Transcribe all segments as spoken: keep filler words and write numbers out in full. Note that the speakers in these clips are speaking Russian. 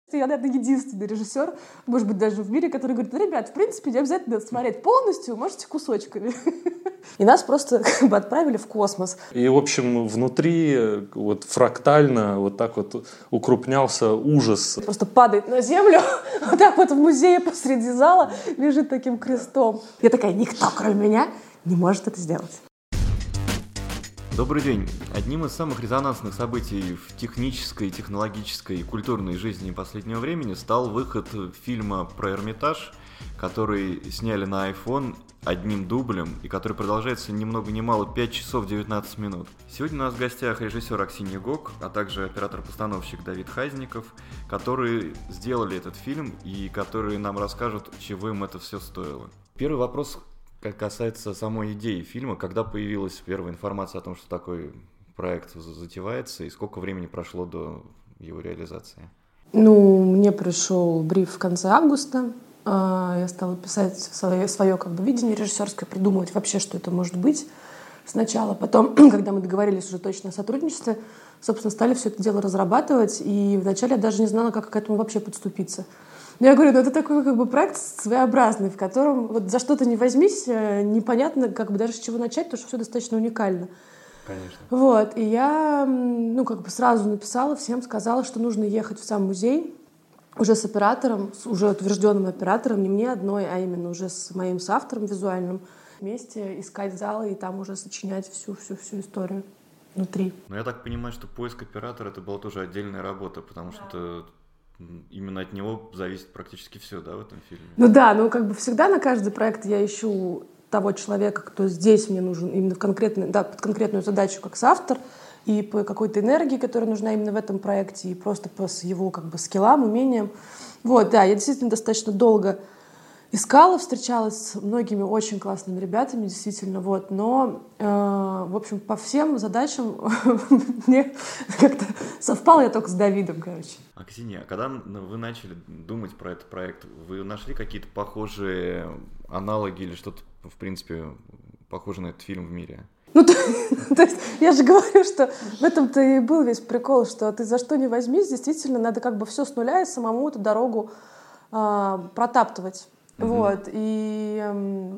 Я, наверное, единственный режиссер, может быть, даже в мире, который говорит: ну, ребят, в принципе, не обязательно смотреть полностью, можете кусочками. И нас просто как бы отправили в космос. И, в общем, внутри вот фрактально вот так вот укрупнялся ужас. Просто падает на землю, вот так вот в музее посреди зала лежит таким крестом. Я такая: никто, кроме меня, не может это сделать. Добрый день. Одним из самых резонансных событий в технической, технологической и культурной жизни последнего времени стал выход фильма про Эрмитаж, который сняли на iPhone одним дублем и который продолжается ни много ни мало пять часов девятнадцать минут. Сегодня у нас в гостях режиссер Аксинья Гок, а также оператор-постановщик Давид Хазников, которые сделали этот фильм и которые нам расскажут, чего им это все стоило. Первый вопрос касается самой идеи фильма. Когда появилась первая информация о том, что такой проект затевается, и сколько времени прошло до его реализации? Ну, мне пришел бриф в конце августа. Я стала писать свое, свое как бы видение режиссерское, придумывать вообще, что это может быть сначала. Потом, когда мы договорились уже точно о сотрудничестве, собственно, стали все это дело разрабатывать. И вначале я даже не знала, как к этому вообще подступиться. Но я говорю, ну это такой как бы проект своеобразный, в котором вот за что-то не возьмись, непонятно как бы даже с чего начать, потому что все достаточно уникально. Конечно. Вот, и я, ну, как бы сразу написала всем, сказала, что нужно ехать в сам музей уже с оператором, с уже утвержденным оператором, не мне одной, а именно уже с моим соавтором визуальным, вместе искать залы и там уже сочинять всю-всю-всю историю внутри. Но я так понимаю, что поиск оператора — это была тоже отдельная работа, потому да. что именно от него зависит практически все, да, в этом фильме? Ну да, ну как бы всегда на каждый проект я ищу того человека, кто здесь мне нужен именно в конкретный, да, под конкретную задачу как соавтор, и по какой-то энергии, которая нужна именно в этом проекте, и просто по его как бы скиллам, умениям. Вот, да, я действительно достаточно долго искала, встречалась с многими очень классными ребятами, действительно, вот, но, э, в общем, по всем задачам мне как-то совпало я только с Давидом, короче. А, Ксения, когда вы начали думать про этот проект, вы нашли какие-то похожие аналоги или что-то, в принципе, похожее на этот фильм в мире? Ну, то, то есть, я же говорю, что в этом-то и был весь прикол, что ты за что ни возьмись, действительно, надо как бы все с нуля и самому эту дорогу э, протаптывать. Mm-hmm. Вот, и э,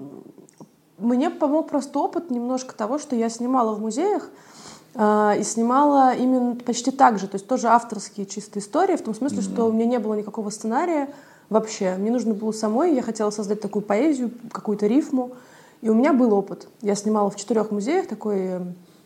мне помог просто опыт немножко того, что я снимала в музеях, э, и снимала именно почти так же, то есть тоже авторские чистые истории, в том смысле, mm-hmm. что у меня не было никакого сценария вообще, мне нужно было самой, я хотела создать такую поэзию, какую-то рифму, и у меня был опыт. Я снимала в четырех музеях такой, э,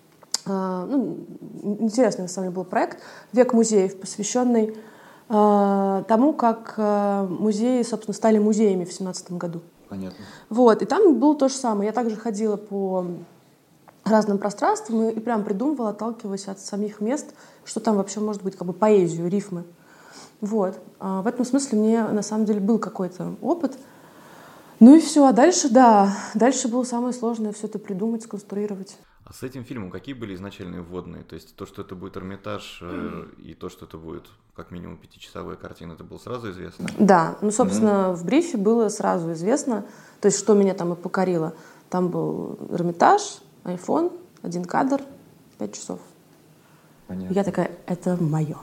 ну, интересный на самом деле был проект «Век музеев», посвященный э, тому, как э, музеи, собственно, стали музеями в семнадцатом году. Понятно. Вот, и там было то же самое. Я также ходила по разным пространствам и, и прям придумывала, отталкиваясь от самих мест, что там вообще может быть, как бы поэзию, рифмы. Вот. А в этом смысле мне на самом деле был какой-то опыт. Ну и все, а дальше, да, дальше было самое сложное все это придумать, сконструировать. А с этим фильмом какие были изначальные вводные? То есть то, что это будет Эрмитаж, э, и то, что это будет как минимум пятичасовая картина, это было сразу известно? Да, ну, собственно, mm-hmm. в брифе было сразу известно, то есть что меня там и покорило. Там был Эрмитаж, iPhone, один кадр, пять часов. Понятно. Я такая, это мое.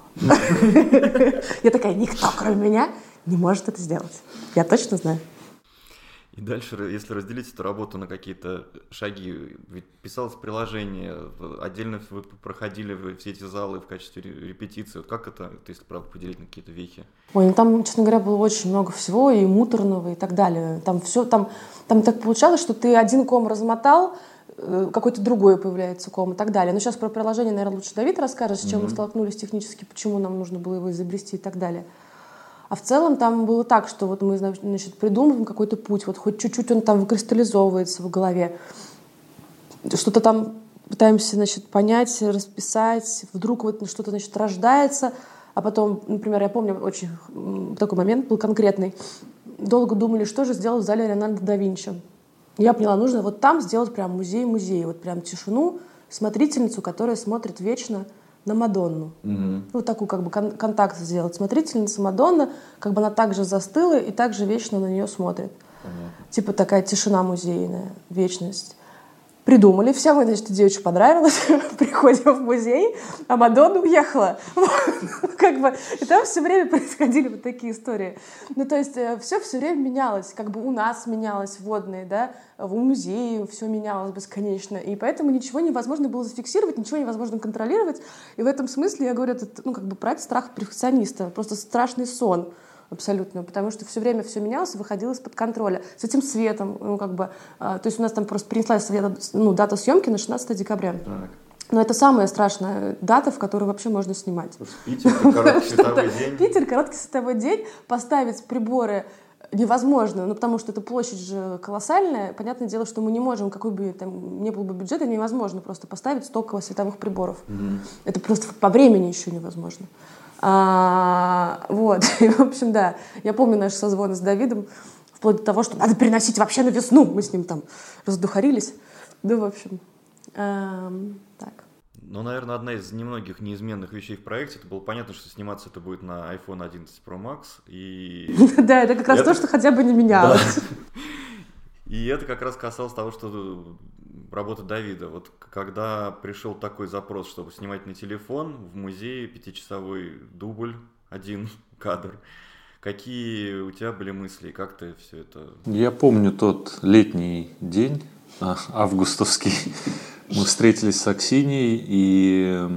Я такая, никто, кроме меня, не может это сделать. Я точно знаю. И дальше, если разделить эту работу на какие-то шаги, ведь писалось приложение, отдельно вы проходили все эти залы в качестве репетиции. Вот как это, если правда поделить на какие-то вехи? Ой, ну там, честно говоря, было очень много всего, и муторного, и так далее. Там все, там, там так получалось, что ты один ком размотал, какой-то другой появляется ком и так далее. Но сейчас про приложение, наверное, лучше Давид расскажет, с чем mm-hmm. мы столкнулись технически, почему нам нужно было его изобрести и так далее. А в целом там было так, что вот мы, значит, придумываем какой-то путь, вот хоть чуть-чуть он там выкристаллизовывается в голове, что-то там пытаемся, значит, понять, расписать, вдруг вот что-то, значит, рождается, а потом, например, я помню, очень такой момент был конкретный, долго думали, что же сделать в зале Леонардо да Винчи. Я поняла, нужно вот там сделать прям музей-музей, вот прям тишину, смотрительницу, которая смотрит вечно на Мадонну. Mm-hmm. Вот такой как бы кон- контакт сделать. Смотрительница Мадонна, как бы она также застыла и также вечно на нее смотрит. Mm-hmm. Типа такая тишина музейная, вечность. Придумали, всем, значит, идея очень понравилась. Приходим в музей, а Мадонна уехала. Как бы, и там все время происходили вот такие истории. Ну, то есть все все время менялось. Как бы у нас менялось водные, да, в музее все менялось бесконечно. И поэтому ничего невозможно было зафиксировать, ничего невозможно контролировать. И в этом смысле, я говорю, это, ну, как бы проект страха перфекциониста. Просто страшный сон. Абсолютно, потому что все время все менялось и выходило из-под контроля. С этим светом, ну, как бы, а, то есть у нас там просто перенеслась ну, дата съемки на шестнадцатое декабря. Так. Но это самая страшная дата, в которую вообще можно снимать. Питер, короткий световой день. Питер, короткий световой день, поставить приборы невозможно, ну, потому что эта площадь же колоссальная. Понятное дело, что мы не можем, какой бы там ни был бы бюджет, невозможно просто поставить столько световых приборов. Mm-hmm. Это просто по времени еще невозможно. А, вот, и, в общем, да, я помню наши созвоны с Давидом, вплоть до того, что надо переносить вообще на весну, мы с ним там раздухарились, ну, в общем, а, так. Ну, наверное, одна из немногих неизменных вещей в проекте, это было понятно, что сниматься это будет на айфон одиннадцать про макс, и... Да, это как раз то, что хотя бы не менялось. И это как раз касалось того, что работа Давида. Вот когда пришел такой запрос, чтобы снимать на телефон в музее пятичасовой дубль, один кадр, какие у тебя были мысли, как ты все это... Я помню тот летний день, августовский. Мы встретились с Аксиньей, и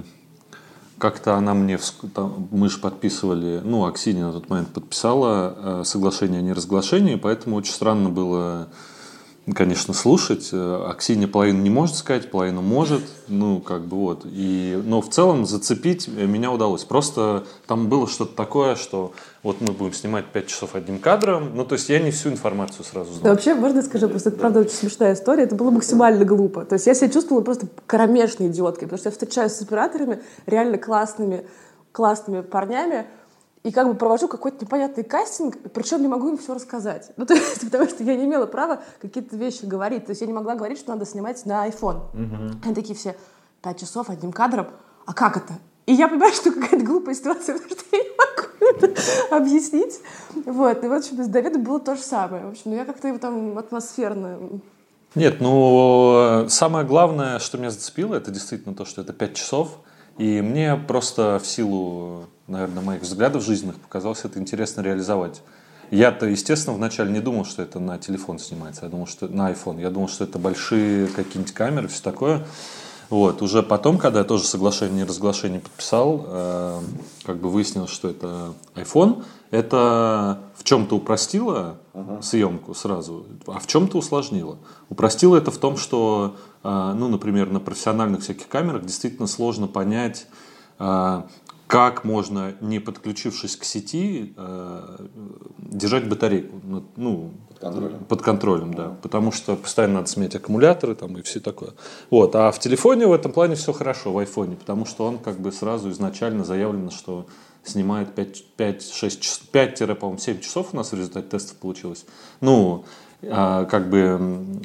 как-то она мне... Там, мы же подписывали... Ну, Аксинья на тот момент подписала соглашение о неразглашении, поэтому очень странно было... Конечно, слушать. Аксинья половину не может сказать, половину может. Ну, как бы вот. И, но в целом зацепить меня удалось. Просто там было что-то такое, что вот мы будем снимать пять часов одним кадром. Ну, то есть я не всю информацию сразу знал. Да, вообще, можно скажу, просто это, правда, очень смешная история. Это было максимально глупо. То есть я себя чувствовала просто кромешной идиоткой, потому что я встречаюсь с операторами, реально классными, классными парнями, и как бы провожу какой-то непонятный кастинг, причем не могу им все рассказать. Ну, то есть, потому что я не имела права какие-то вещи говорить. То есть я не могла говорить, что надо снимать на iPhone. Uh-huh. Они такие все, пять часов одним кадром, а как это? И я понимаю, что какая-то глупая ситуация, потому что я не могу это объяснить. Вот. И вот, в общем, с Давидом было то же самое. В общем, ну я как-то его там атмосферно... Нет, ну, самое главное, что меня зацепило, это действительно то, что это пять часов. И мне просто в силу, наверное, моих взглядов жизненных показалось это интересно реализовать. Я-то, естественно, вначале не думал, что это на телефон снимается, я думал, что на iPhone. Я думал, что это большие какие-нибудь камеры, все такое. Вот. Уже потом, когда я тоже соглашение и неразглашение подписал, э, как бы выяснилось, что это iPhone. Это в чем-то упростило uh-huh. съемку сразу, а в чем-то усложнило. Упростило это в том, что, э, ну, например, на профессиональных всяких камерах действительно сложно понять, э, как можно, не подключившись к сети, э, держать батарейку. Ну, под контролем. Под контролем, да. Потому что постоянно надо сменять аккумуляторы там, и все такое. Вот. А в телефоне в этом плане все хорошо, в айфоне, потому что он как бы сразу изначально заявлено, что снимает пять-шесть часов, пять-по-моему, семь часов у нас в результате тестов получилось. Ну, а, как бы,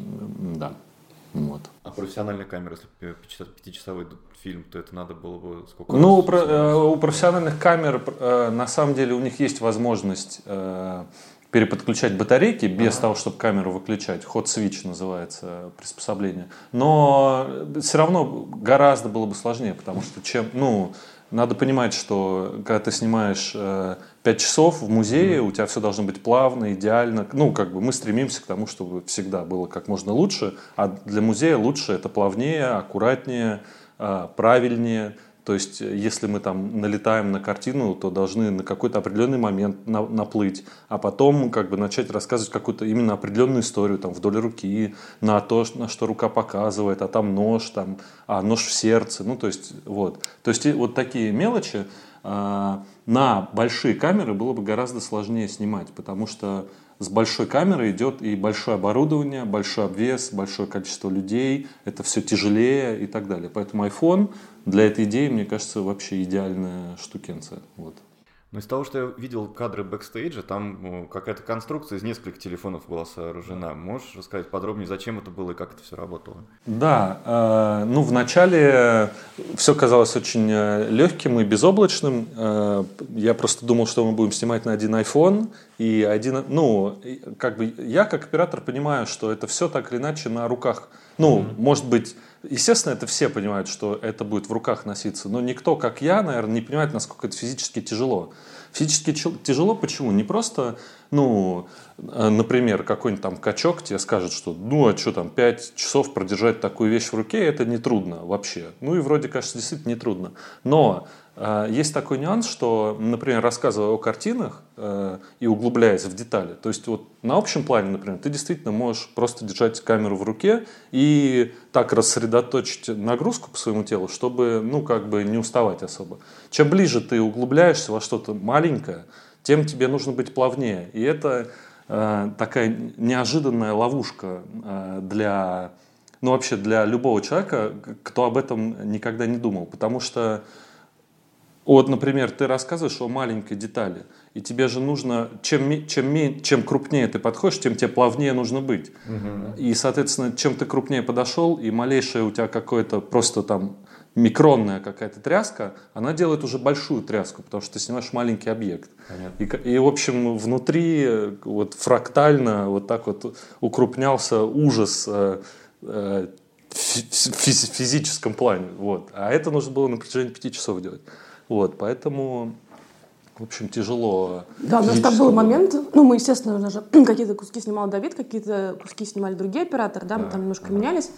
да. Вот. А профессиональная камера, если пятичасовой фильм, то это надо было бы сколько? Ну, про, у профессиональных камер, на самом деле, у них есть возможность переподключать батарейки без ага. того, чтобы камеру выключать. Hot-switch называется приспособление. Но все равно гораздо было бы сложнее, потому что чем, ну, надо понимать, что когда ты снимаешь э, пять часов в музее, mm-hmm. у тебя все должно быть плавно, идеально. Ну, как бы мы стремимся к тому, чтобы всегда было как можно лучше, а для музея лучше это плавнее, аккуратнее, э, правильнее. То есть, если мы там налетаем на картину, то должны на какой-то определенный момент на, наплыть, а потом как бы начать рассказывать какую-то именно определенную историю там, вдоль руки, на то, на что рука показывает, а там нож, там, а нож в сердце. Ну, то есть, вот. То есть, вот такие мелочи э, на большие камеры было бы гораздо сложнее снимать, потому что с большой камерой идет и большое оборудование, большой обвес, большое количество людей, это все тяжелее и так далее. Поэтому iPhone для этой идеи, мне кажется, вообще идеальная штукенция. Вот. Ну, из того, что я видел кадры бэкстейджа, там какая-то конструкция из нескольких телефонов была сооружена. Можешь рассказать подробнее, зачем это было и как это все работало? Да, э, ну, вначале все казалось очень легким и безоблачным. Э, я просто думал, что мы будем снимать на один iPhone. И один, ну, как бы я как оператор понимаю, что это все так или иначе на руках. Ну, mm-hmm. может быть, естественно, это все понимают, что это будет в руках носиться, но никто, как я, наверное, не понимает, насколько это физически тяжело. Физически тяжело почему? Не просто, ну, например, какой-нибудь там качок тебе скажет, что, ну, а что там, пять часов продержать такую вещь в руке, это нетрудно вообще. Ну, и вроде, кажется, действительно нетрудно. Но э, есть такой нюанс, что, например, рассказывая о картинах э, и углубляясь в детали, то есть вот на общем плане, например, ты действительно можешь просто держать камеру в руке и так рассредоточить нагрузку по своему телу, чтобы, ну, как бы не уставать особо. Чем ближе ты углубляешься во что-то маленькое, тем тебе нужно быть плавнее. И это э, такая неожиданная ловушка э, для, ну, вообще для любого человека, кто об этом никогда не думал. Потому что, вот, например, ты рассказываешь о маленькой детали, и тебе же нужно, чем, чем, чем крупнее ты подходишь, тем тебе плавнее нужно быть. Угу. И, соответственно, чем ты крупнее подошел, и малейшее у тебя какое-то просто там микронная какая-то тряска, она делает уже большую тряску, потому что ты снимаешь маленький объект. И, и, в общем, внутри вот фрактально вот так вот укрупнялся ужас э, э, в физическом плане. Вот. А это нужно было на протяжении пяти часов делать. Вот, поэтому, в общем, тяжело. Да, у нас там был момент, ну, мы, естественно, даже какие-то куски снимал Давид, какие-то куски снимали другие операторы, да, мы там немножко менялись.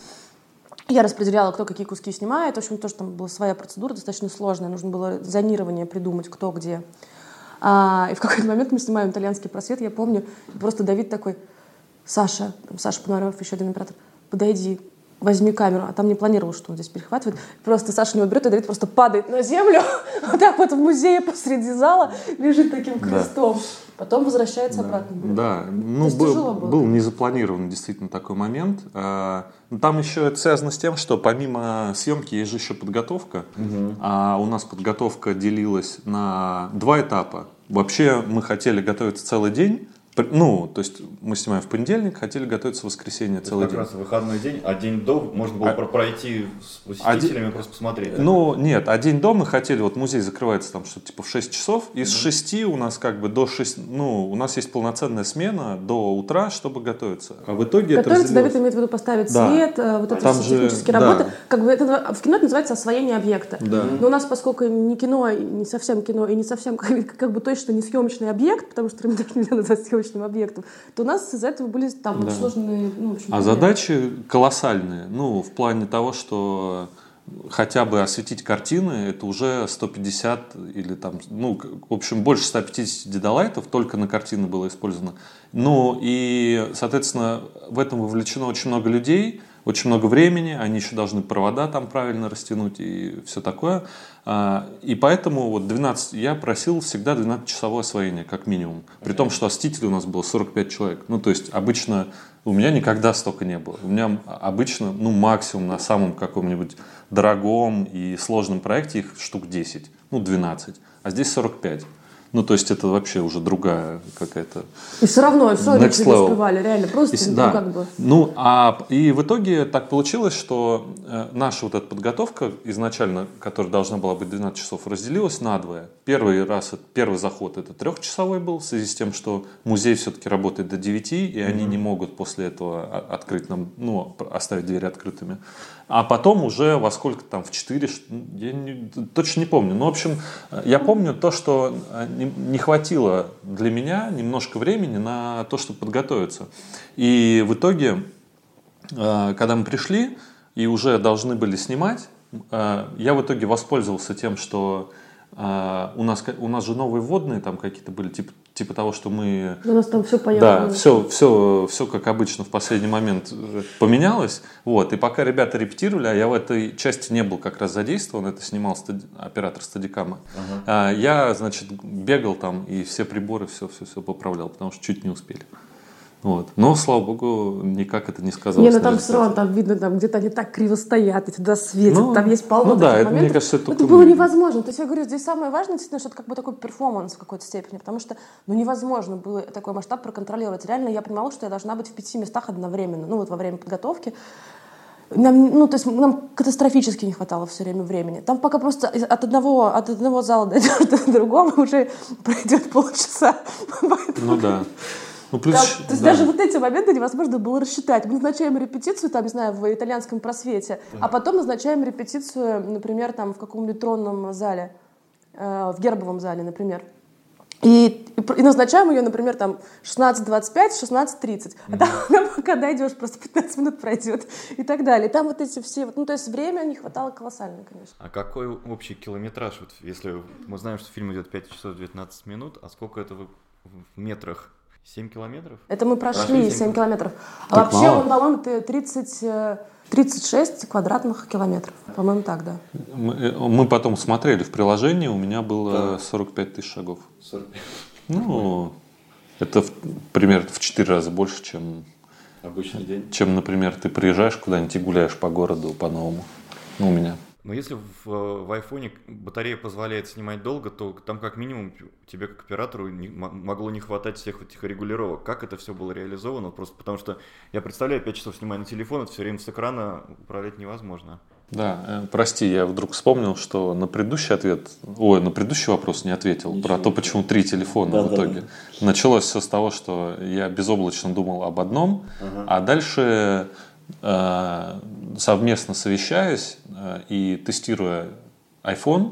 Я распределяла, кто какие куски снимает. В общем, тоже там была своя процедура достаточно сложная. Нужно было зонирование придумать, кто где. А, и в какой-то момент мы снимаем «Итальянский просвет». Я помню, просто Давид такой: Саша, Саша Пономарев, еще один оператор, подойди, возьми камеру. А там не планировал, что он здесь перехватывает. Просто Саша него берет, и Давид просто падает на землю. Вот так вот в музее посреди зала лежит таким крестом. Да. Потом возвращается да. обратно. Да, ну, был, был незапланированный действительно такой момент. Там еще это связано с тем, что помимо съемки есть же еще подготовка. Угу. А у нас подготовка делилась на два этапа. Вообще мы хотели готовиться целый день. Ну, то есть мы снимаем в понедельник, хотели готовиться в воскресенье целый день. Как раз выходной день, а день до можно было а, пройти с посетителями, один, просто посмотреть. Да? Ну, нет, а день до мы хотели, вот музей закрывается там что-то типа в шесть часов, и mm-hmm. с шести у нас как бы до шести, ну, у нас есть полноценная смена до утра, чтобы готовиться. А в итоге готовиться, это Давид имеет в виду поставить да. свет, вот это все технические же, работы. Да. Как бы это, в кино это называется освоение объекта. Да. Но у нас, поскольку не кино, не совсем кино, и не совсем как, как бы точно не съемочный объект, потому что Эрмитаж нельзя назвать съемочным объектом, то у нас из-за этого были там да. сложные... Ну, в общем, а задачи колоссальные. Ну, в плане того, что хотя бы осветить картины, это уже сто пятьдесят или там, ну, в общем, больше ста пятидесяти дедолайтов только на картины было использовано. Ну, и, соответственно, в этом вовлечено очень много людей, очень много времени, они еще должны провода там правильно растянуть и все такое. И поэтому вот двенадцать, я просил всегда двенадцатичасовое освоение, как минимум. При том, что осветителей у нас было сорок пять человек. Ну, то есть обычно у меня никогда столько не было. У меня обычно, ну, максимум на самом каком-нибудь дорогом и сложном проекте их штук десять, ну, двенадцать, а здесь сорок пять. Ну, то есть это вообще уже другая какая-то... И все равно, все это не успевали, реально, просто, и, ну, да. как бы... Ну, а, и в итоге так получилось, что э, наша вот эта подготовка изначально, которая должна была быть двенадцать часов, разделилась надвое. Первый раз, первый заход это трехчасовой был, в связи с тем, что музей все-таки работает до девяти, и они mm-hmm. не могут после этого открыть нам, ну, оставить двери открытыми. А потом уже во сколько там, в четыре, я не, точно не помню. Но, в общем, я помню то, что не, не хватило для меня немножко времени на то, чтобы подготовиться. И в итоге, когда мы пришли и уже должны были снимать, я в итоге воспользовался тем, что у нас, у нас же новые вводные там какие-то были, типа, типа того, что мы... У нас там все появилось. Да, все, все, все как обычно в последний момент поменялось. Вот, и пока ребята репетировали, а я в этой части не был как раз задействован, это снимал стади... оператор стадикама, uh-huh. я, значит, бегал там и все приборы, все, все, все поправлял, потому что чуть не успели. Вот. Но, слава богу, никак это не сказалось. Не, ну там все равно там видно, там где-то они так криво стоят, и туда светят, ну, там есть полно ну, да, таких это, моментов. мне кажется, это, это было невозможно. То есть я говорю, здесь самое важное, действительно, что это как бы такой перформанс в какой-то степени, потому что ну, невозможно было такой масштаб проконтролировать. Реально я понимала, что я должна быть в пяти местах одновременно, ну вот во время подготовки. Нам, ну, то есть нам катастрофически не хватало все время времени. Там пока просто от одного, от одного зала дойдешь до другого, уже пройдет полчаса. Ну да. Ну, плюс, да, то есть да. даже вот эти моменты невозможно было рассчитать. Мы назначаем репетицию, там, не знаю, в итальянском просвете, да. а потом назначаем репетицию, например, там, в каком-нибудь тронном зале, э, в гербовом зале, например. И, и назначаем ее, например, там шестнадцать двадцать пять, шестнадцать тридцать. А там, mm-hmm. пока дойдешь, просто пятнадцать минут пройдет и так далее. И там вот эти все... Ну, то есть время не хватало колоссально, конечно. А какой общий километраж? Вот если мы знаем, что фильм идет пять часов девятнадцать минут, а сколько это в метрах? семь километров? Это мы прошли семь километров. А так вообще, мало. он, по-моему, это тридцать, тридцать шесть квадратных километров. По-моему, так, да. Мы, мы потом смотрели в приложении, у меня было да. сорок пять тысяч шагов. сорок пять. Ну, это в, примерно в четыре раза больше, чем... Обычный день. Чем, например, ты приезжаешь куда-нибудь и гуляешь по городу по-новому. Ну, у меня. Но если в, в айфоне батарея позволяет снимать долго, то там как минимум тебе как оператору не, могло не хватать всех этих регулировок. Как это все было реализовано? Просто потому что я представляю, пять часов снимая на телефон, это все время с экрана управлять невозможно. Да, э, прости, я вдруг вспомнил, что на предыдущий ответ, ой, на предыдущий вопрос не ответил. Ничего. Про то, почему три телефона да, в итоге. Да, да. Началось все с того, что я безоблачно думал об одном, ага. а дальше... совместно совещаясь и тестируя iPhone,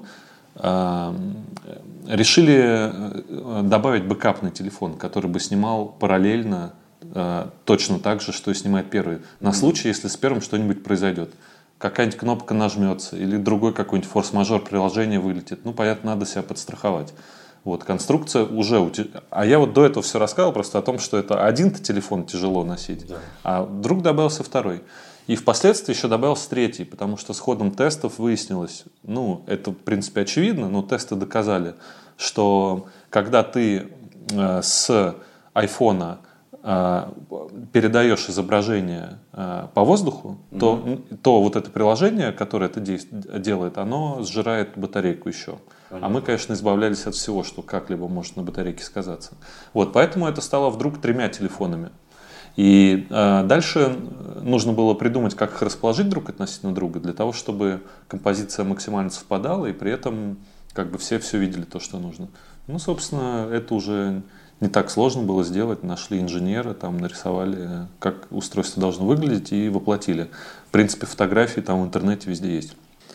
решили добавить бэкапный телефон, который бы снимал параллельно точно так же, что и снимает первый. На случай, если с первым что-нибудь произойдет. Какая-нибудь кнопка нажмется или другой какой-нибудь форс-мажор приложение вылетит. Ну, понятно, надо себя подстраховать. Вот, конструкция уже... А я вот до этого все рассказывал просто о том, что это один-то телефон тяжело носить, да. а вдруг добавился второй. И впоследствии еще добавился третий, потому что с ходом тестов выяснилось, ну, это, в принципе, очевидно, но тесты доказали, что когда ты э, с айфона э, передаешь изображение э, по воздуху, mm-hmm. то, то вот это приложение, которое это де- делает, оно сжирает батарейку еще. Понятно. А мы, конечно, избавлялись от всего, что как-либо может на батарейке сказаться. Вот, поэтому это стало вдруг тремя телефонами. И э, дальше нужно было придумать, как их расположить друг относительно друга, для того, чтобы композиция максимально совпадала, и при этом как бы все все видели то, что нужно. Ну, собственно, это уже не так сложно было сделать. Нашли инженера, там нарисовали, как устройство должно выглядеть, и воплотили. В принципе, фотографии там в интернете везде есть.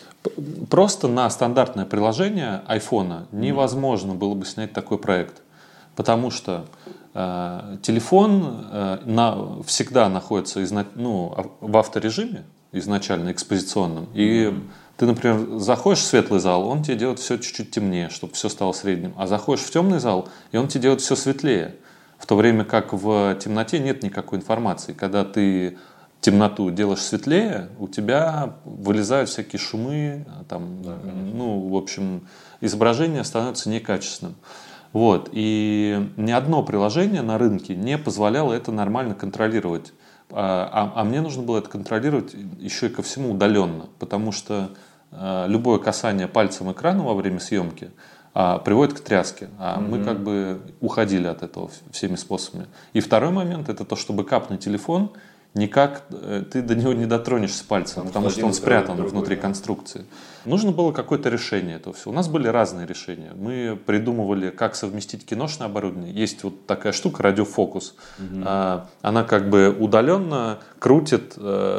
Просто на стандартное приложение айфона невозможно было бы снять такой проект, потому что э, телефон э, на, всегда находится изна, ну, в авторежиме изначально экспозиционном, и mm-hmm. ты, например, заходишь в светлый зал, он тебе делает все чуть-чуть темнее, чтобы все стало средним, а заходишь в темный зал, и он тебе делает все светлее, в то время как в темноте нет никакой информации. Когда ты темноту делаешь светлее, у тебя вылезают всякие шумы, там, да, ну, в общем, изображение становится некачественным. Вот. И ни одно приложение на рынке не позволяло это нормально контролировать. А, а мне нужно было это контролировать еще и ко всему удаленно, потому что а, любое касание пальцем экрана во время съемки а, приводит к тряске. А mm-hmm. мы как бы уходили от этого всеми способами. И второй момент — это то, что бэкапный телефон никак ты до него не дотронешься пальцем, потому, потому что он спрятан другой, внутри да. конструкции. Нужно было какое-то решение этого всего. У нас были разные решения. Мы придумывали, как совместить киношное оборудование. Есть вот такая штука, радиофокус. Угу. Она как бы удаленно крутит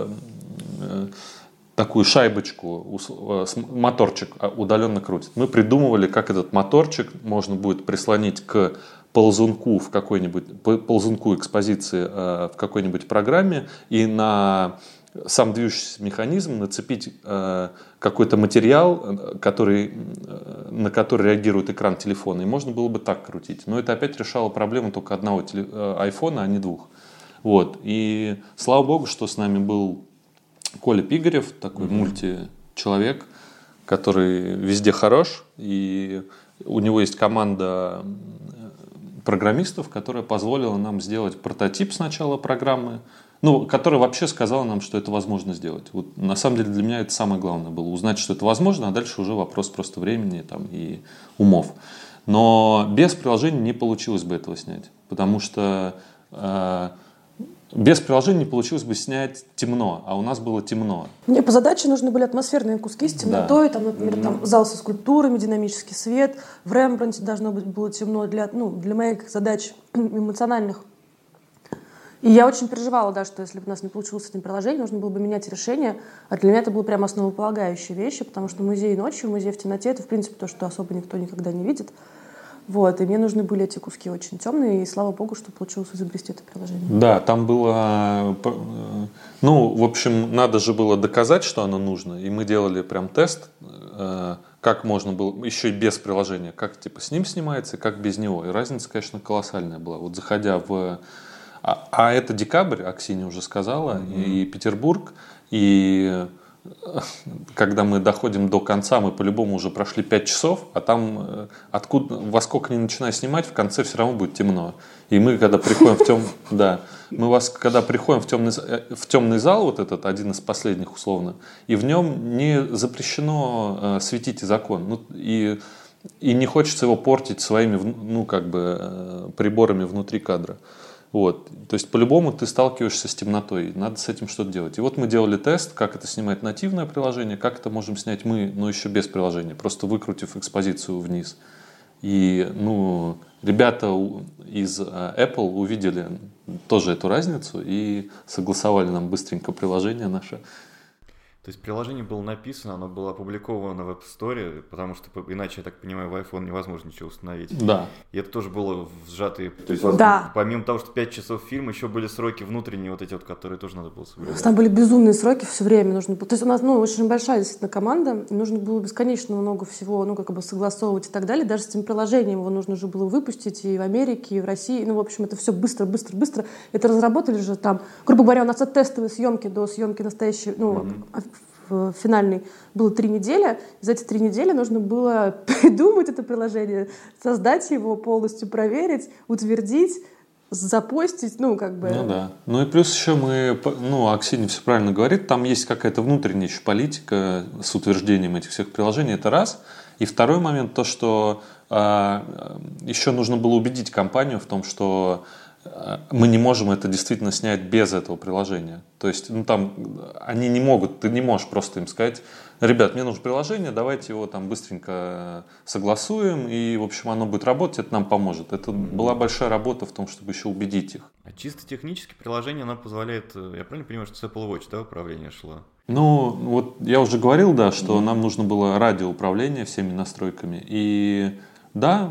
такую шайбочку, моторчик удаленно крутит. Мы придумывали, как этот моторчик можно будет прислонить к ползунку в какой-нибудь ползунку экспозиции э, в какой-нибудь программе и на сам движущийся механизм нацепить э, какой-то материал, который, э, на который реагирует экран телефона. И можно было бы так крутить. Но это опять решало проблему только одного теле, э, айфона, а не двух. Вот. И слава богу, что с нами был Коля Пигарев, такой mm-hmm. мультичеловек, который везде хорош. И у него есть команда программистов, которая позволила нам сделать прототип сначала программы, ну, которая вообще сказала нам, что это возможно сделать. Вот, на самом деле для меня это самое главное было, узнать, что это возможно, а дальше уже вопрос просто времени там, и умов. Но без приложения не получилось бы этого снять, потому что э, без приложения не получилось бы снять темно, а у нас было темно. Мне по задаче нужны были атмосферные куски с темнотой, да. Там, например, там, зал со скульптурами, динамический свет. В Рембрандте должно быть было темно для, ну, для моих задач эмоциональных. И я очень переживала, да, что если бы у нас не получилось с этим приложением, нужно было бы менять решение. А для меня это было прям основополагающие вещи, потому что музей ночью, музей в темноте — это, в принципе, то, что особо никто никогда не видит. Вот, и мне нужны были эти куски очень темные, и слава богу, что получилось изобрести это приложение. Да, там было, ну, в общем, надо же было доказать, что оно нужно, и мы делали прям тест, как можно было, еще и без приложения, как типа с ним снимается, и как без него. И разница, конечно, колоссальная была. Вот заходя в... А, а это декабрь, Аксинья уже сказала, mm-hmm. и Петербург, и... Когда мы доходим до конца, мы по-любому уже прошли пять часов, а там откуда, во сколько ни начиная снимать, в конце все равно будет темно. И мы, когда приходим в тем, да, мы вас, когда приходим в темный, в темный зал, вот этот один из последних условно, и в нем не запрещено э, светить из окон, ну, и и не хочется его портить своими, ну как бы э, приборами внутри кадра. Вот. То есть по-любому ты сталкиваешься с темнотой, надо с этим что-то делать. И вот мы делали тест, как это снимает нативное приложение, как это можем снять мы, но еще без приложения, просто выкрутив экспозицию вниз. И ну, ребята из Apple увидели тоже эту разницу и согласовали нам быстренько приложение наше. То есть приложение было написано, оно было опубликовано в App Store, потому что иначе, я так понимаю, в iPhone невозможно ничего установить. Да. И это тоже было в сжатые... То есть да. Помимо того, что пять часов фильма, еще были сроки внутренние, вот эти вот, которые тоже надо было соблюдать. Там были безумные сроки все время. Нужно было... То есть у нас ну, очень большая действительно команда, и нужно было бесконечно много всего ну, как бы согласовывать и так далее. Даже с этим приложением его нужно же было выпустить и в Америке, и в России. Ну, в общем, это все быстро, быстро, быстро. Это разработали же там... Грубо говоря, у нас от тестовой съемки до съемки настоящей... Ну, mm-hmm. в финальный было три недели. За эти три недели нужно было придумать это приложение, создать его, полностью проверить, утвердить, запостить, ну, как бы... Ну, да. Ну, и плюс еще мы... Ну, Аксинья все правильно говорит, там есть какая-то внутренняя еще политика с утверждением этих всех приложений, это раз. И второй момент, то, что э, еще нужно было убедить компанию в том, что мы не можем это действительно снять без этого приложения. То есть, ну, там, они не могут, ты не можешь просто им сказать: ребят, мне нужно приложение, давайте его там быстренько согласуем, и, в общем, оно будет работать, это нам поможет. Это mm-hmm. была большая работа в том, чтобы еще убедить их. А чисто технически приложение, оно позволяет, я правильно понимаю, что с Apple Watch, да, управление шло? Ну, вот я уже говорил, да, что mm-hmm. нам нужно было радиоуправление всеми настройками. И да,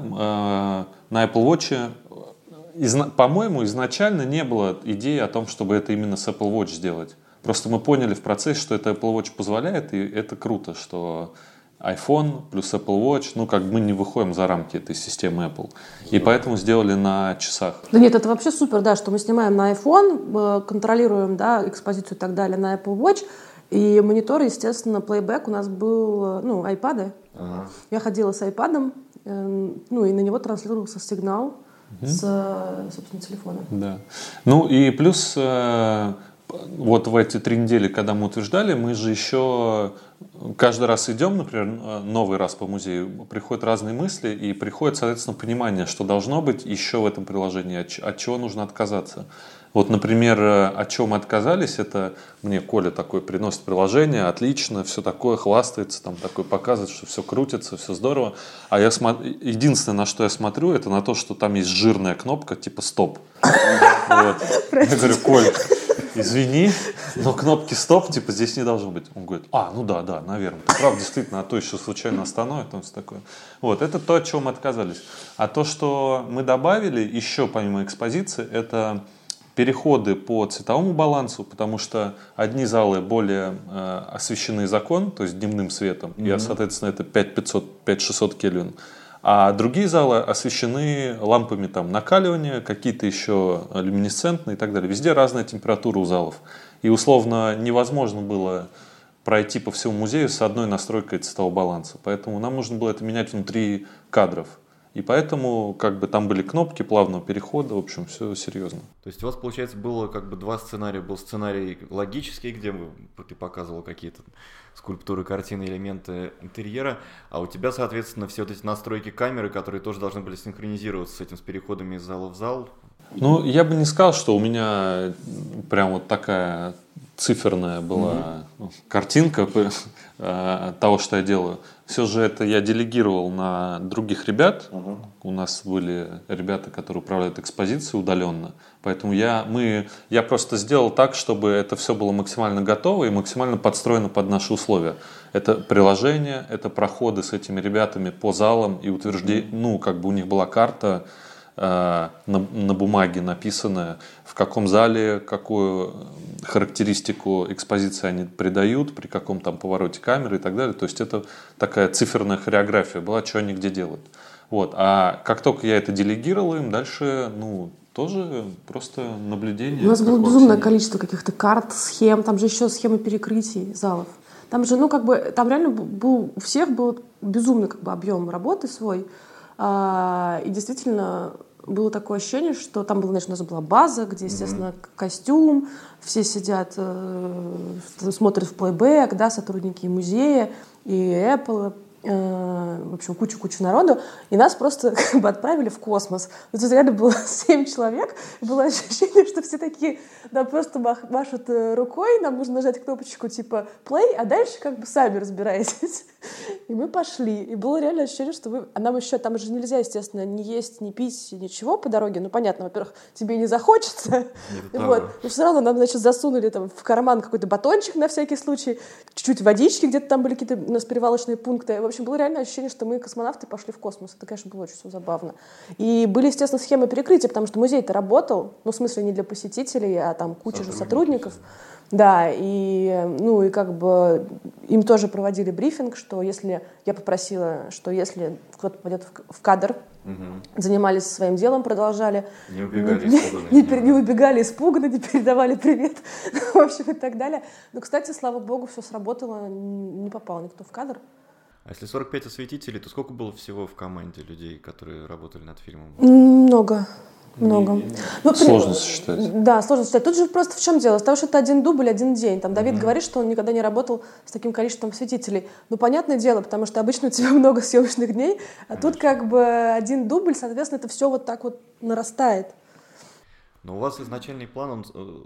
э, на Apple Watch... Изна- по-моему, изначально не было идеи о том, чтобы это именно с Apple Watch сделать. Просто мы поняли в процессе, что это Apple Watch позволяет, и это круто, что iPhone плюс Apple Watch, ну, как бы мы не выходим за рамки этой системы Apple. И поэтому сделали на часах. Да нет, это вообще супер, да, что мы снимаем на iPhone, контролируем, да, экспозицию и так далее на Apple Watch, и мониторы, естественно, плейбэк у нас был, ну, айпады. Ага. Я ходила с айпадом, ну, и на него транслировался сигнал с, собственно, телефона. Да. Ну и плюс э, вот в эти три недели, когда мы утверждали, мы же еще каждый раз идем, например, новый раз по музею, приходят разные мысли и приходит, соответственно, понимание, что должно быть еще в этом приложении, от, от чего нужно отказаться. Вот, например, от чего мы отказались, это мне Коля такой приносит приложение, отлично, все такое, хвастается, там такой показывает, что все крутится, все здорово. А я смо... единственное, на что я смотрю, это на то, что там есть жирная кнопка типа «Стоп». Я говорю: Коль, извини, но кнопки «Стоп» типа здесь не должно быть. Он говорит: а, ну да, да, наверное. Ты прав, действительно, а то еще случайно остановит, там все такое. Вот, это то, от чего мы отказались. А то, что мы добавили еще помимо экспозиции, это переходы по цветовому балансу, потому что одни залы более э, освещены закон, то есть дневным светом, mm-hmm. и, соответственно, это пять тысяч пятьсот - пять тысяч шестьсот Кельвин. А другие залы освещены лампами там, накаливания, какие-то еще люминесцентные и так далее. Везде разная температура у залов. И условно невозможно было пройти по всему музею с одной настройкой цветового баланса. Поэтому нам нужно было это менять внутри кадров. И поэтому как бы там были кнопки плавного перехода, в общем, все серьезно. То есть у вас, получается, было как бы два сценария. Был сценарий логический, где ты показывал какие-то скульптуры, картины, элементы интерьера, а у тебя, соответственно, все вот эти настройки камеры, которые тоже должны были синхронизироваться с этим, с переходами из зала в зал. Ну, я бы не сказал, что у меня прям вот такая циферная была mm-hmm. картинка того, что я делаю. Все же это я делегировал на других ребят. Uh-huh. У нас были ребята, которые управляют экспозицией удаленно. Поэтому я, мы, я просто сделал так, чтобы это все было максимально готово и максимально подстроено под наши условия. Это приложение, это проходы с этими ребятами по залам и утверждение. Uh-huh. Ну, как бы у них была карта э, на, на бумаге написанная, в каком зале, какую характеристику экспозиции они придают, при каком там повороте камеры и так далее. То есть это такая циферная хореография была, что они где делают. Вот. А как только я это делегировал им, дальше, ну, тоже просто наблюдение. У нас было безумное количество каких-то карт, схем, там же еще схемы перекрытий залов. Там же, ну, как бы, там реально был, у всех был безумный как бы объем работы свой. А, и действительно было такое ощущение, что там была, значит, у нас была база, где, естественно, mm-hmm. костюм, все сидят, э, смотрят в плейбэк, да, сотрудники музея и Apple, э, в общем, кучу-кучу народу, и нас просто как бы отправили в космос. Вот это реально было семь человек, и было ощущение, что все такие, да, просто мах, машут рукой, нам нужно нажать кнопочку типа play, а дальше как бы сами разбирайтесь. И мы пошли. И было реально ощущение, что вы... А нам еще... Там же нельзя, естественно, не есть, не пить, ничего по дороге. Ну, понятно, во-первых, тебе не захочется. Вот. Но все равно нам, значит, засунули там в карман какой-то батончик на всякий случай, чуть-чуть водички, где-то там были какие-то у нас перевалочные пункты. В общем, было реально ощущение, что мы, космонавты, пошли в космос. Это, конечно, было очень все забавно. И были, естественно, схемы перекрытия, потому что музей-то работал, ну, в смысле, не для посетителей, а там куча же сотрудников. Да, и, ну, и как бы им тоже проводили брифинг, что если, я попросила, что если кто-то попадет в, в кадр, угу. занимались своим делом, продолжали. Не убегали не, испуганно. Не, не, не убегали испуганно, не передавали привет, в общем, и так далее. Но, кстати, слава богу, все сработало, не попал никто в кадр. А если сорок пять осветителей, то сколько было всего в команде людей, которые работали над фильмом? Много. Много. Не, ну, сложно сосчитать. Да, сложно сосчитать. Тут же просто в чем дело? Из того, что это один дубль, один день. Там Давид mm-hmm. говорит, что он никогда не работал с таким количеством осветителей. Ну, понятное дело, потому что обычно у тебя много съемочных дней, а Конечно. Тут как бы один дубль, соответственно, это все вот так вот нарастает. Но у вас изначальный план, он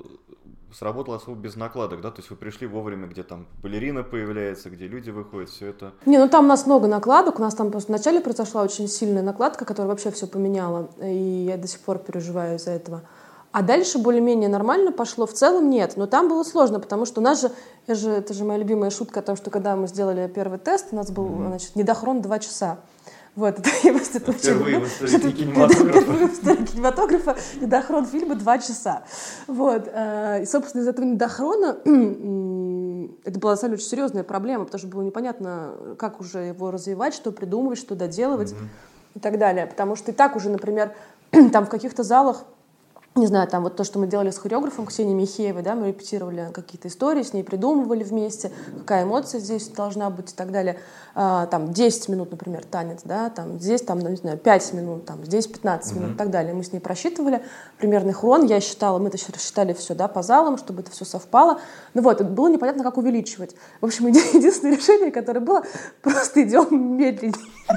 сработал особо без накладок, да? То есть вы пришли вовремя, где там балерина появляется, где люди выходят, все это... Не, ну там у нас много накладок, у нас там просто вначале произошла очень сильная накладка, которая вообще все поменяла, и я до сих пор переживаю из-за этого. А дальше более-менее нормально пошло, в целом нет, но там было сложно, потому что у нас же, я же это же моя любимая шутка о том, что когда мы сделали первый тест, у нас был, mm-hmm. значит, недохрон два часа. Вот, это я просто это впервые в истории кинематографа. Впервые в истории кинематографа недохрон фильма два часа. Вот. И, собственно, из этого недохрона это была, на самом деле, очень серьезная проблема, потому что было непонятно, как уже его развивать, что придумывать, что доделывать mm-hmm. и так далее. Потому что и так уже, например, там в каких-то залах, не знаю, там вот то, что мы делали с хореографом Ксенией Михеевой, да, мы репетировали какие-то истории, с ней придумывали вместе, какая эмоция здесь должна быть и так далее. А, там десять минут, например, танец, да, там здесь, там, ну, не знаю, пять минут, там здесь пятнадцать mm-hmm. минут и так далее. Мы с ней просчитывали примерный хрон, я считала, мы это рассчитали все, да, по залам, чтобы это все совпало. Ну вот, это было непонятно, как увеличивать. В общем, единственное решение, которое было, просто идем медленнее.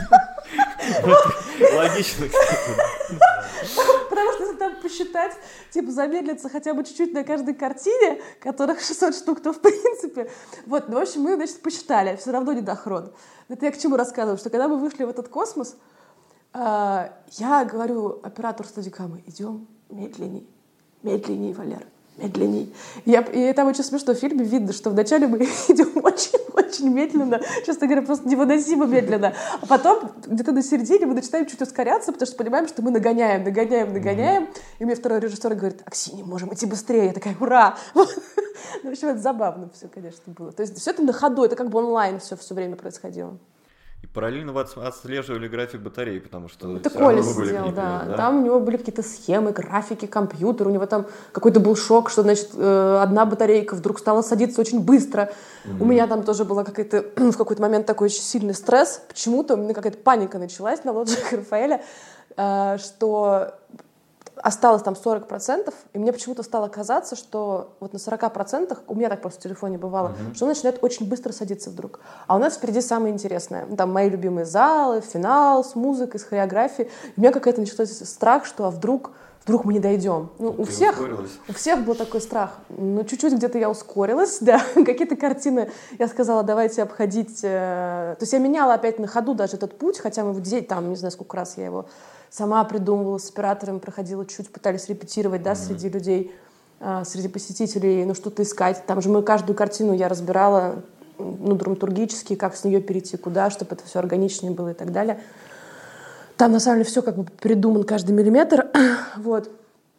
Логично, кстати. Потому что если там посчитать, типа замедлиться хотя бы чуть-чуть на каждой картине, которых шестьсот штук, то в принципе. Вот, ну, в общем, мы, значит, посчитали, все равно недохрон. Это я к чему рассказываю, что когда мы вышли в этот космос, э, я говорю оператору стадикамы, идем медленней, медленней, Валер, медленней. И, я, и там очень смешно в фильме видно, что вначале мы идем очень-очень медленно, честно говоря, просто невыносимо медленно. А потом где-то на середине мы начинаем чуть ускоряться, потому что понимаем, что мы нагоняем, нагоняем, нагоняем. Mm-hmm. И мне второй режиссер говорит: Аксинья, можем идти быстрее. Я такая: ура! Ну, в общем, это забавно все, конечно, было. То есть все это на ходу, это как бы онлайн все все время происходило. И параллельно вы отслеживали график батареи, потому что... Это Коля сидел, да. да. Там у него были какие-то схемы, графики, компьютер. У него там какой-то был шок, что, значит, одна батарейка вдруг стала садиться очень быстро. Mm-hmm. У меня там тоже был какой-то, в какой-то момент такой очень сильный стресс. Почему-то у меня какая-то паника началась на лоджиях Рафаэля, что... Осталось там сорок процентов, и мне почему-то стало казаться, что вот на сорок процентов, у меня так просто в телефоне бывало, uh-huh. что он начинает очень быстро садиться вдруг. А у нас впереди самое интересное. Там мои любимые залы, финал с музыкой, с хореографией. У меня какой-то начался страх, что а вдруг, вдруг мы не дойдем. Ну, у всех, у всех был такой страх. Ну, чуть-чуть где-то я ускорилась, да. Какие-то картины я сказала, давайте обходить. То есть я меняла опять на ходу даже этот путь, хотя мы в день, там, не знаю, сколько раз я его... Сама придумывала, с операторами проходила, чуть пытались репетировать, да, mm-hmm. среди людей, э, среди посетителей, ну, что-то искать. Там же мы каждую картину я разбирала, ну, драматургически, как с нее перейти, куда, чтобы это все органичнее было и так далее. Там, на самом деле, все как бы придуман, каждый миллиметр, вот.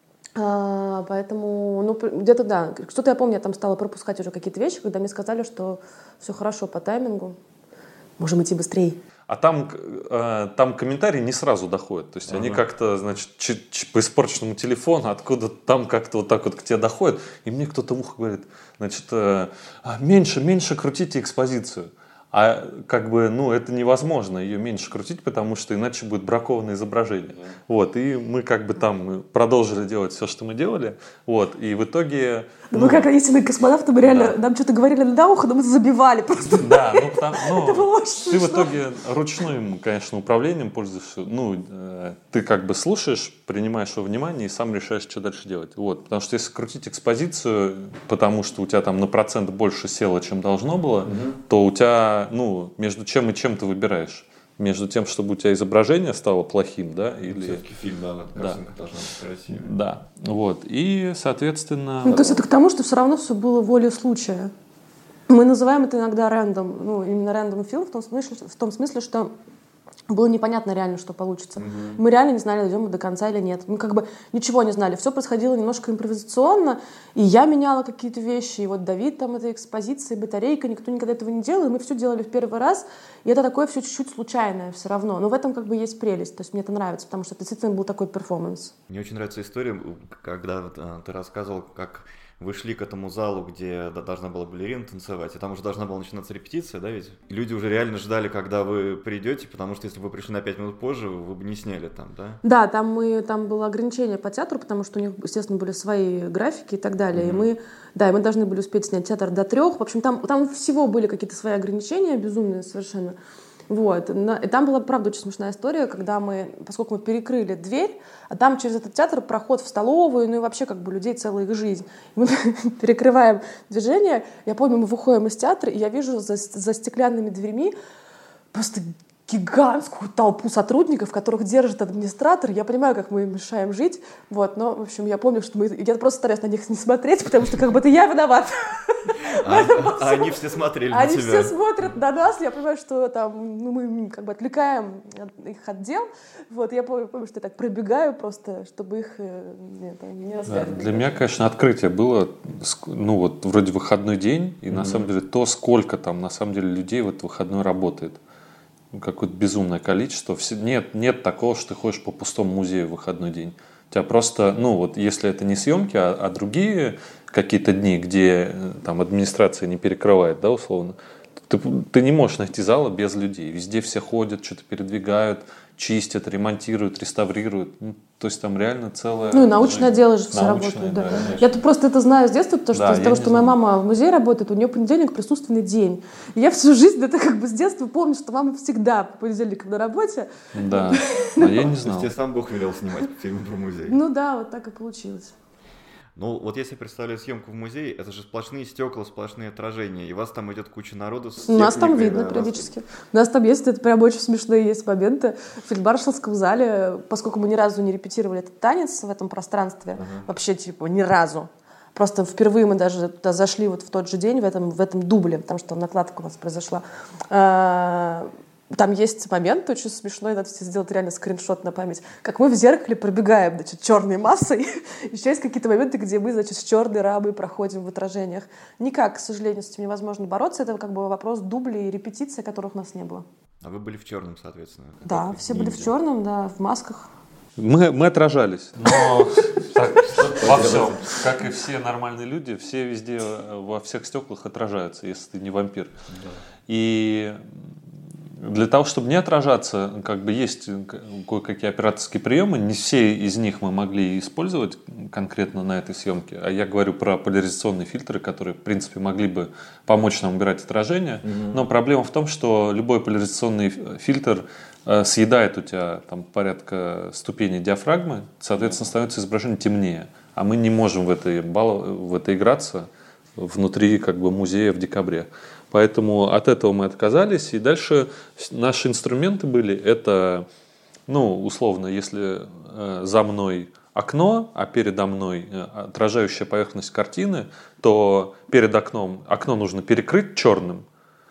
А, поэтому, ну, где-то, да, что-то я помню, я там стала пропускать уже какие-то вещи, когда мне сказали, что все хорошо по таймингу, можем идти быстрее. А там, э, там комментарии не сразу доходят. То есть ага. они как-то, значит, ч- ч- по испорченному телефону, откуда там как-то вот так вот к тебе доходят. И мне кто-то в ухо говорит, значит, э, меньше, меньше крутите экспозицию. А как бы, ну, это невозможно ее меньше крутить, потому что иначе будет бракованное изображение. Да. Вот, и мы как бы там продолжили делать все, что мы делали. Вот, и в итоге... Ну, мы как истинные космонавты, мы реально, да. нам что-то говорили на ухо, но мы забивали просто. Да, ну, там, ну это было очень ты в итоге ручным, конечно, управлением пользуешься. Ну, э, ты как бы слушаешь, принимаешь во внимание и сам решаешь, что дальше делать. Вот, потому что если крутить экспозицию, потому что у тебя там на процент больше село, чем должно было, угу. то у тебя, ну, между чем и чем ты выбираешь? Между тем, чтобы у тебя изображение стало плохим, да, или... Все-таки фильм, да, картинка да. должна быть красивой. Да, вот, и, соответственно... Ну, то есть это к тому, что все равно все было волей случая. Мы называем это иногда рэндом, ну, именно рэндом фильм в том смысле, в том смысле, что было непонятно реально, что получится. Mm-hmm. Мы реально не знали, дойдем мы до конца или нет. Мы как бы ничего не знали. Все происходило немножко импровизационно, и я меняла какие-то вещи, и вот Давид там этой экспозиции, батарейка, никто никогда этого не делал, и мы все делали в первый раз, и это такое все чуть-чуть случайное все равно. Но в этом как бы есть прелесть, то есть мне это нравится, потому что это действительно был такой перформанс. Мне очень нравится история, когда вот, а, ты рассказывал, как вы шли к этому залу, где да, должна была балерина танцевать, и там уже должна была начинаться репетиция, да ведь? И люди уже реально ждали, когда вы придете, потому что если бы вы пришли на пять минут позже, вы бы не сняли там, да? Да, там, мы, там было ограничение по театру, потому что у них, естественно, были свои графики и так далее. Mm-hmm. И мы, да, и мы должны были успеть снять театр до трех. В общем, там, там всего были какие-то свои ограничения, безумные совершенно. Вот. И там была, правда, очень смешная история, когда мы, поскольку мы перекрыли дверь, а там через этот театр проход в столовую, ну и вообще как бы людей целая их жизнь. И мы перекрываем движение. Я помню, мы выходим из театра, и я вижу за, за стеклянными дверьми просто гигантскую толпу сотрудников, которых держит администратор. Я понимаю, как мы им мешаем жить. Вот. Но, в общем, я помню, что мы... Я просто стараюсь на них не смотреть, потому что как бы это я виноват. А, а они все смотрели на тебя. Они тебя. все смотрят на нас. Я понимаю, что там ну, мы как бы отвлекаем их отдел. Вот. Я помню, помню, что я так пробегаю просто, чтобы их не, там, не расстраивать. Да, для меня, конечно, открытие было, ну вот, вроде выходной день, и mm-hmm. на самом деле то, сколько там на самом деле людей в этот выходной работает. Какое-то безумное количество. Нет, нет такого, что ты ходишь по пустому музею в выходной день. У тебя просто, ну вот, если это не съемки, а, а другие какие-то дни, где там администрация не перекрывает, да, условно, ты, ты не можешь найти зала без людей. Везде все ходят, что-то передвигают, чистят, ремонтируют, реставрируют. Ну, то есть там реально целая... Ну и научное жизнь. Дело же все научное, работает. Да. Да, я тут просто это знаю с детства, потому что да, из-за того, что моя мама в музее работает, у нее понедельник присутственный день. И я всю жизнь, это как бы с детства помню, что мама всегда по понедельникам на работе. Да, а я не знал. То есть тебе сам Бог велел снимать фильм про музей. Ну да, вот так и получилось. Ну, вот если представляю съемку в музее, это же сплошные стекла, сплошные отражения, и у вас там идет куча народу с техникой. Нас там видно да, периодически. У нас там есть, это прям очень смешные есть моменты. В фельдмаршалском зале, поскольку мы ни разу не репетировали этот танец в этом пространстве, uh-huh. вообще типа ни разу. Просто впервые мы даже туда зашли вот в тот же день в этом, в этом дубле, потому что накладка у нас произошла. Там есть момент очень смешной, надо сделать реально скриншот на память. Как мы в зеркале пробегаем, значит, черной массой. Еще есть какие-то моменты, где мы, значит, с черной рамой проходим в отражениях. Никак, к сожалению, с этим невозможно бороться. Это как бы вопрос дублей и репетиций, которых у нас не было. А вы были в черном, соответственно. Да, все были в черном, да, в масках. Мы, мы отражались, но так, во всем. Как и все нормальные люди, все везде, во всех стеклах отражаются, если ты не вампир. Да. И для того, чтобы не отражаться, как бы есть кое-какие операторские приемы, не все из них мы могли использовать конкретно на этой съемке, а я говорю про поляризационные фильтры, которые, в принципе, могли бы помочь нам убирать отражение, mm-hmm. но проблема в том, что любой поляризационный фильтр съедает у тебя там порядка ступеней диафрагмы, соответственно, становится изображение темнее, а мы не можем в это, в это играться внутри как бы музея в декабре. Поэтому от этого мы отказались. И дальше наши инструменты были, это, ну, условно, если э, за мной окно, а передо мной э, отражающая поверхность картины, то перед окном, окно нужно перекрыть черным,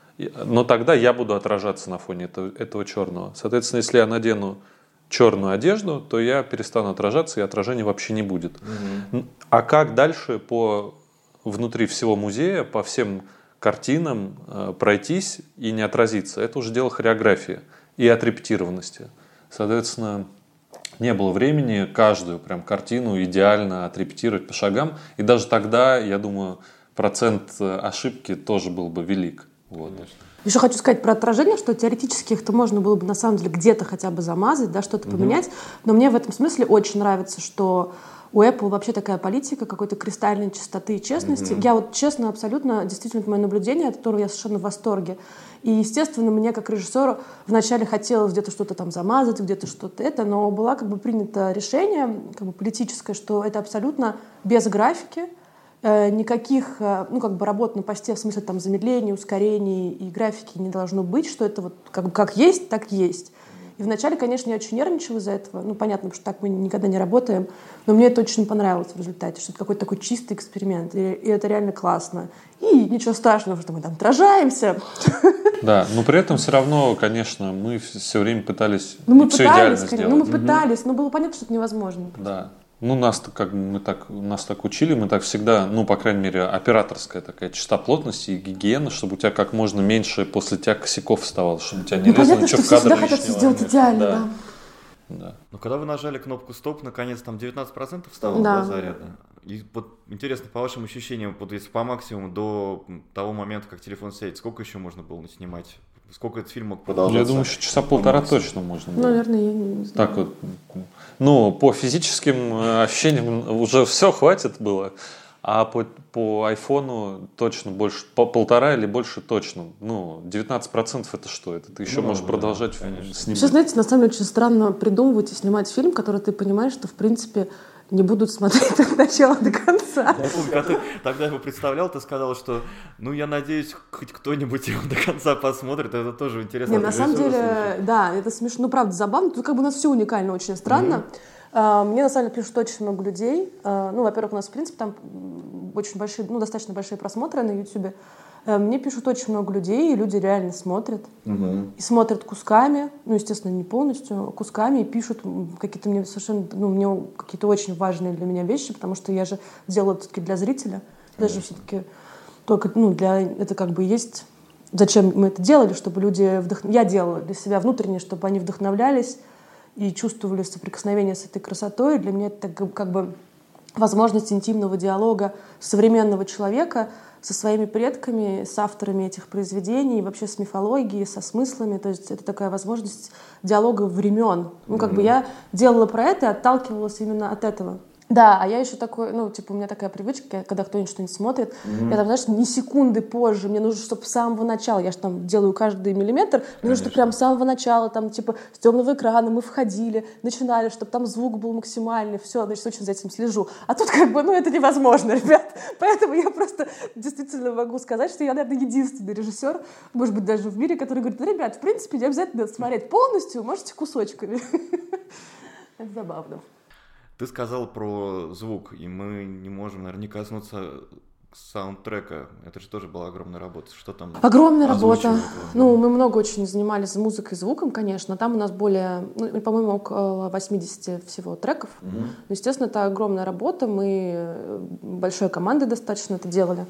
но тогда я буду отражаться на фоне этого, этого черного. Соответственно, если я надену черную одежду, то я перестану отражаться, и отражения вообще не будет. Mm-hmm. А как дальше по внутри всего музея, по всем картинам э, пройтись и не отразиться? Это уже дело хореографии и отрепетированности. Соответственно, не было времени каждую прям картину идеально отрепетировать по шагам. И даже тогда, я думаю, процент ошибки тоже был бы велик. Вот. Еще хочу сказать про отражение, что теоретически их-то можно было бы на самом деле где-то хотя бы замазать, да, что-то mm-hmm. поменять. Но мне в этом смысле очень нравится, что у Apple вообще такая политика какой-то кристальной чистоты и честности. Mm-hmm. Я вот честно, абсолютно, действительно, это мое наблюдение, от которого я совершенно в восторге. И, естественно, мне как режиссеру вначале хотелось где-то что-то там замазать, где-то что-то это, но было как бы принято решение как бы политическое, что это абсолютно без графики, э, никаких э, ну, как бы работ на посте, в смысле там замедлений, ускорений и графики не должно быть, что это вот как бы как есть, так есть. И вначале, конечно, я очень нервничала из-за этого. Ну, понятно, потому что так мы никогда не работаем. Но мне это очень понравилось в результате, что это какой-то такой чистый эксперимент. И, и это реально классно. И ничего страшного, что мы там отражаемся. Да, но при этом все равно, конечно, мы все время пытались ну, мы все пытались, идеально конечно, сделать. Ну, мы пытались, но было понятно, что это невозможно. Да. Ну, нас как мы так, нас так учили, мы так всегда, ну, по крайней мере, операторская такая чистоплотность и гигиена, чтобы у тебя как можно меньше после тебя косяков вставало, чтобы у тебя не ну, лезло понятно, ничего что в кадр всегда хотят все сделать идеально, да. да. да. Но когда вы нажали кнопку «Стоп», наконец, там девятнадцать процентов стало да. зарядно. И вот интересно, по вашим ощущениям, вот если по максимуму до того момента, как телефон сядет, сколько еще можно было снимать? Сколько этот фильм мог продолжаться? Я думаю, еще часа полтора точно можно было. Наверное, я не знаю. Так вот. Ну, по физическим ощущениям уже все хватит было, а по, по айфону точно больше, по полтора или больше точно. Ну, девятнадцать процентов это что? Это ты еще ну, можешь да, продолжать да, снимать. Сейчас, знаете, на самом деле очень странно придумывать и снимать фильм, который ты понимаешь, что в принципе не будут смотреть от начала до конца. Я помню, когда ты тогда его представлял, ты сказал, что ну я надеюсь, хоть кто-нибудь его до конца посмотрит, это тоже интересно. Не, на самом деле, да, это смешно, ну правда забавно, тут как бы у нас все уникально, очень странно. Mm-hmm. Мне на самом деле пишут очень много людей. Ну, во-первых, у нас в принципе там очень большие, ну достаточно большие просмотры на Ютубе. Мне пишут очень много людей, и люди реально смотрят. Uh-huh. И смотрят кусками, ну, естественно, не полностью, кусками, и пишут какие-то мне совершенно, ну, мне какие-то очень важные для меня вещи, потому что я же делаю это все-таки для зрителя. Даже все-таки только, ну, для, это как бы есть, зачем мы это делали, чтобы люди, вдох... я делала для себя внутренне, чтобы они вдохновлялись и чувствовали соприкосновение с этой красотой. И для меня это как бы возможность интимного диалога современного человека со своими предками, с авторами этих произведений, вообще с мифологией, со смыслами. То есть это такая возможность диалога времен. Ну, как mm-hmm. бы я делала про это и отталкивалась именно от этого. Да, а я еще такой, ну, типа, у меня такая привычка, когда кто-нибудь что-нибудь смотрит, mm-hmm. я там, знаешь, ни секунды позже, мне нужно, чтобы с самого начала, я же там делаю каждый миллиметр, мне нужно, чтобы прям с самого начала, там, типа, с темного экрана мы входили, начинали, чтобы там звук был максимальный, все, значит, очень за этим слежу. А тут, как бы, ну, это невозможно, ребят. Поэтому я просто действительно могу сказать, что я, наверное, единственный режиссер, может быть, даже в мире, который говорит, ну, ребят, в принципе, не обязательно смотреть полностью, можете кусочками. Это забавно. Ты сказал про звук, и мы не можем, наверное, не коснуться саундтрека. Это же тоже была огромная работа. Что там? Огромная работа. Ну, мы много очень занимались музыкой и звуком, конечно. Там у нас более, ну, по-моему, около восемьдесят всего треков. Угу. Но, естественно, это огромная работа. Мы большой командой достаточно это делали.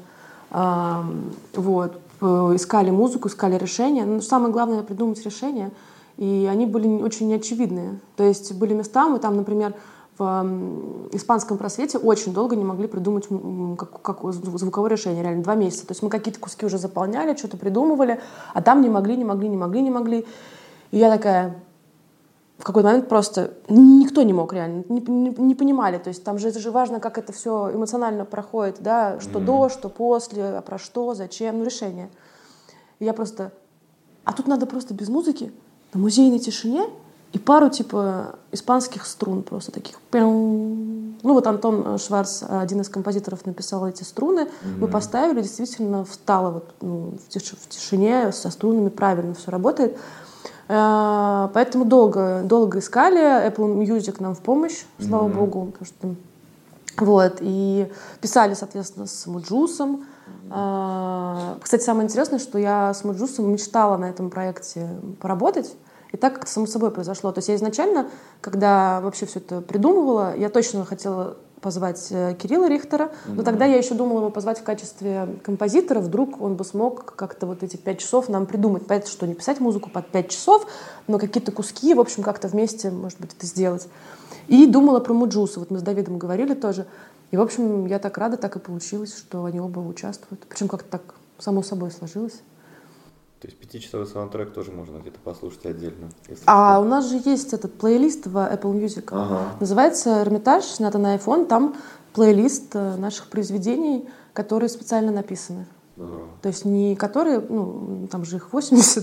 Вот. Искали музыку, искали решения. Но самое главное — придумать решения. И они были очень неочевидные. То есть были места, мы там, например, в испанском просвете очень долго не могли придумать как, как звуковое решение, реально два месяца. То есть мы какие-то куски уже заполняли, что-то придумывали, а там не могли, не могли, не могли, не могли. И я такая... В какой-то момент просто никто не мог реально, не, не, не понимали. То есть там же это же важно, как это все эмоционально проходит, да, что mm-hmm. до, что после, а про что, зачем, ну, решение. И я просто... А тут надо просто без музыки, на музейной тишине и пару, типа, испанских струн просто таких. Ну, вот Антон Шварц, один из композиторов, написал эти струны. Mm-hmm. Мы поставили, действительно встало вот, ну, в, тиш- в тишине, со струнами правильно все работает. Поэтому долго, долго искали. Apple Music нам в помощь, слава mm-hmm. богу. Потому что... Вот. И писали, соответственно, с Муджусом. Mm-hmm. Кстати, самое интересное, что я с Муджусом мечтала на этом проекте поработать. И так как-то само собой произошло. То есть я изначально, когда вообще все это придумывала, я точно хотела позвать Кирилла Рихтера, mm-hmm. но тогда я еще думала его позвать в качестве композитора, вдруг он бы смог как-то вот эти пять часов нам придумать. Понятно, что не писать музыку под пять часов, но какие-то куски, в общем, как-то вместе, может быть, это сделать. И думала про Муджуса, вот мы с Давидом говорили тоже, и, в общем, я так рада, так и получилось, что они оба участвуют. Причем как-то так само собой сложилось. То есть пятичасовой саундтрек тоже можно где-то послушать отдельно. А что. У нас же есть этот плейлист в Apple Music. Ага. Называется «Эрмитаж», снято на iPhone. Там плейлист наших произведений, которые специально написаны. Ага. То есть не которые, ну, там же их восемьдесят.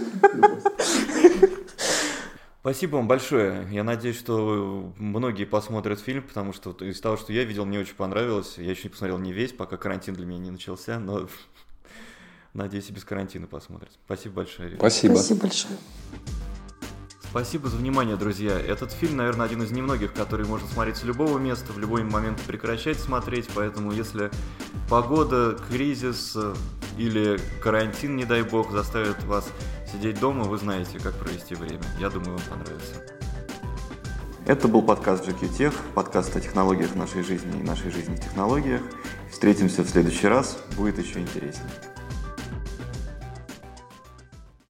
Спасибо вам большое. Я надеюсь, что многие посмотрят фильм, потому что из того, что я видел, мне очень понравилось. Я еще не посмотрел не весь, пока карантин для меня не начался, но... Надеюсь, и без карантина посмотрят. Спасибо большое, Ирина. Спасибо. Спасибо большое. Спасибо за внимание, друзья. Этот фильм, наверное, один из немногих, который можно смотреть с любого места, в любой момент прекращать смотреть. Поэтому, если погода, кризис или карантин, не дай бог, заставит вас сидеть дома, вы знаете, как провести время. Я думаю, вам понравится. Это был подкаст джи кью Tech, подкаст о технологиях нашей жизни и нашей жизни в технологиях. Встретимся в следующий раз, будет еще интереснее.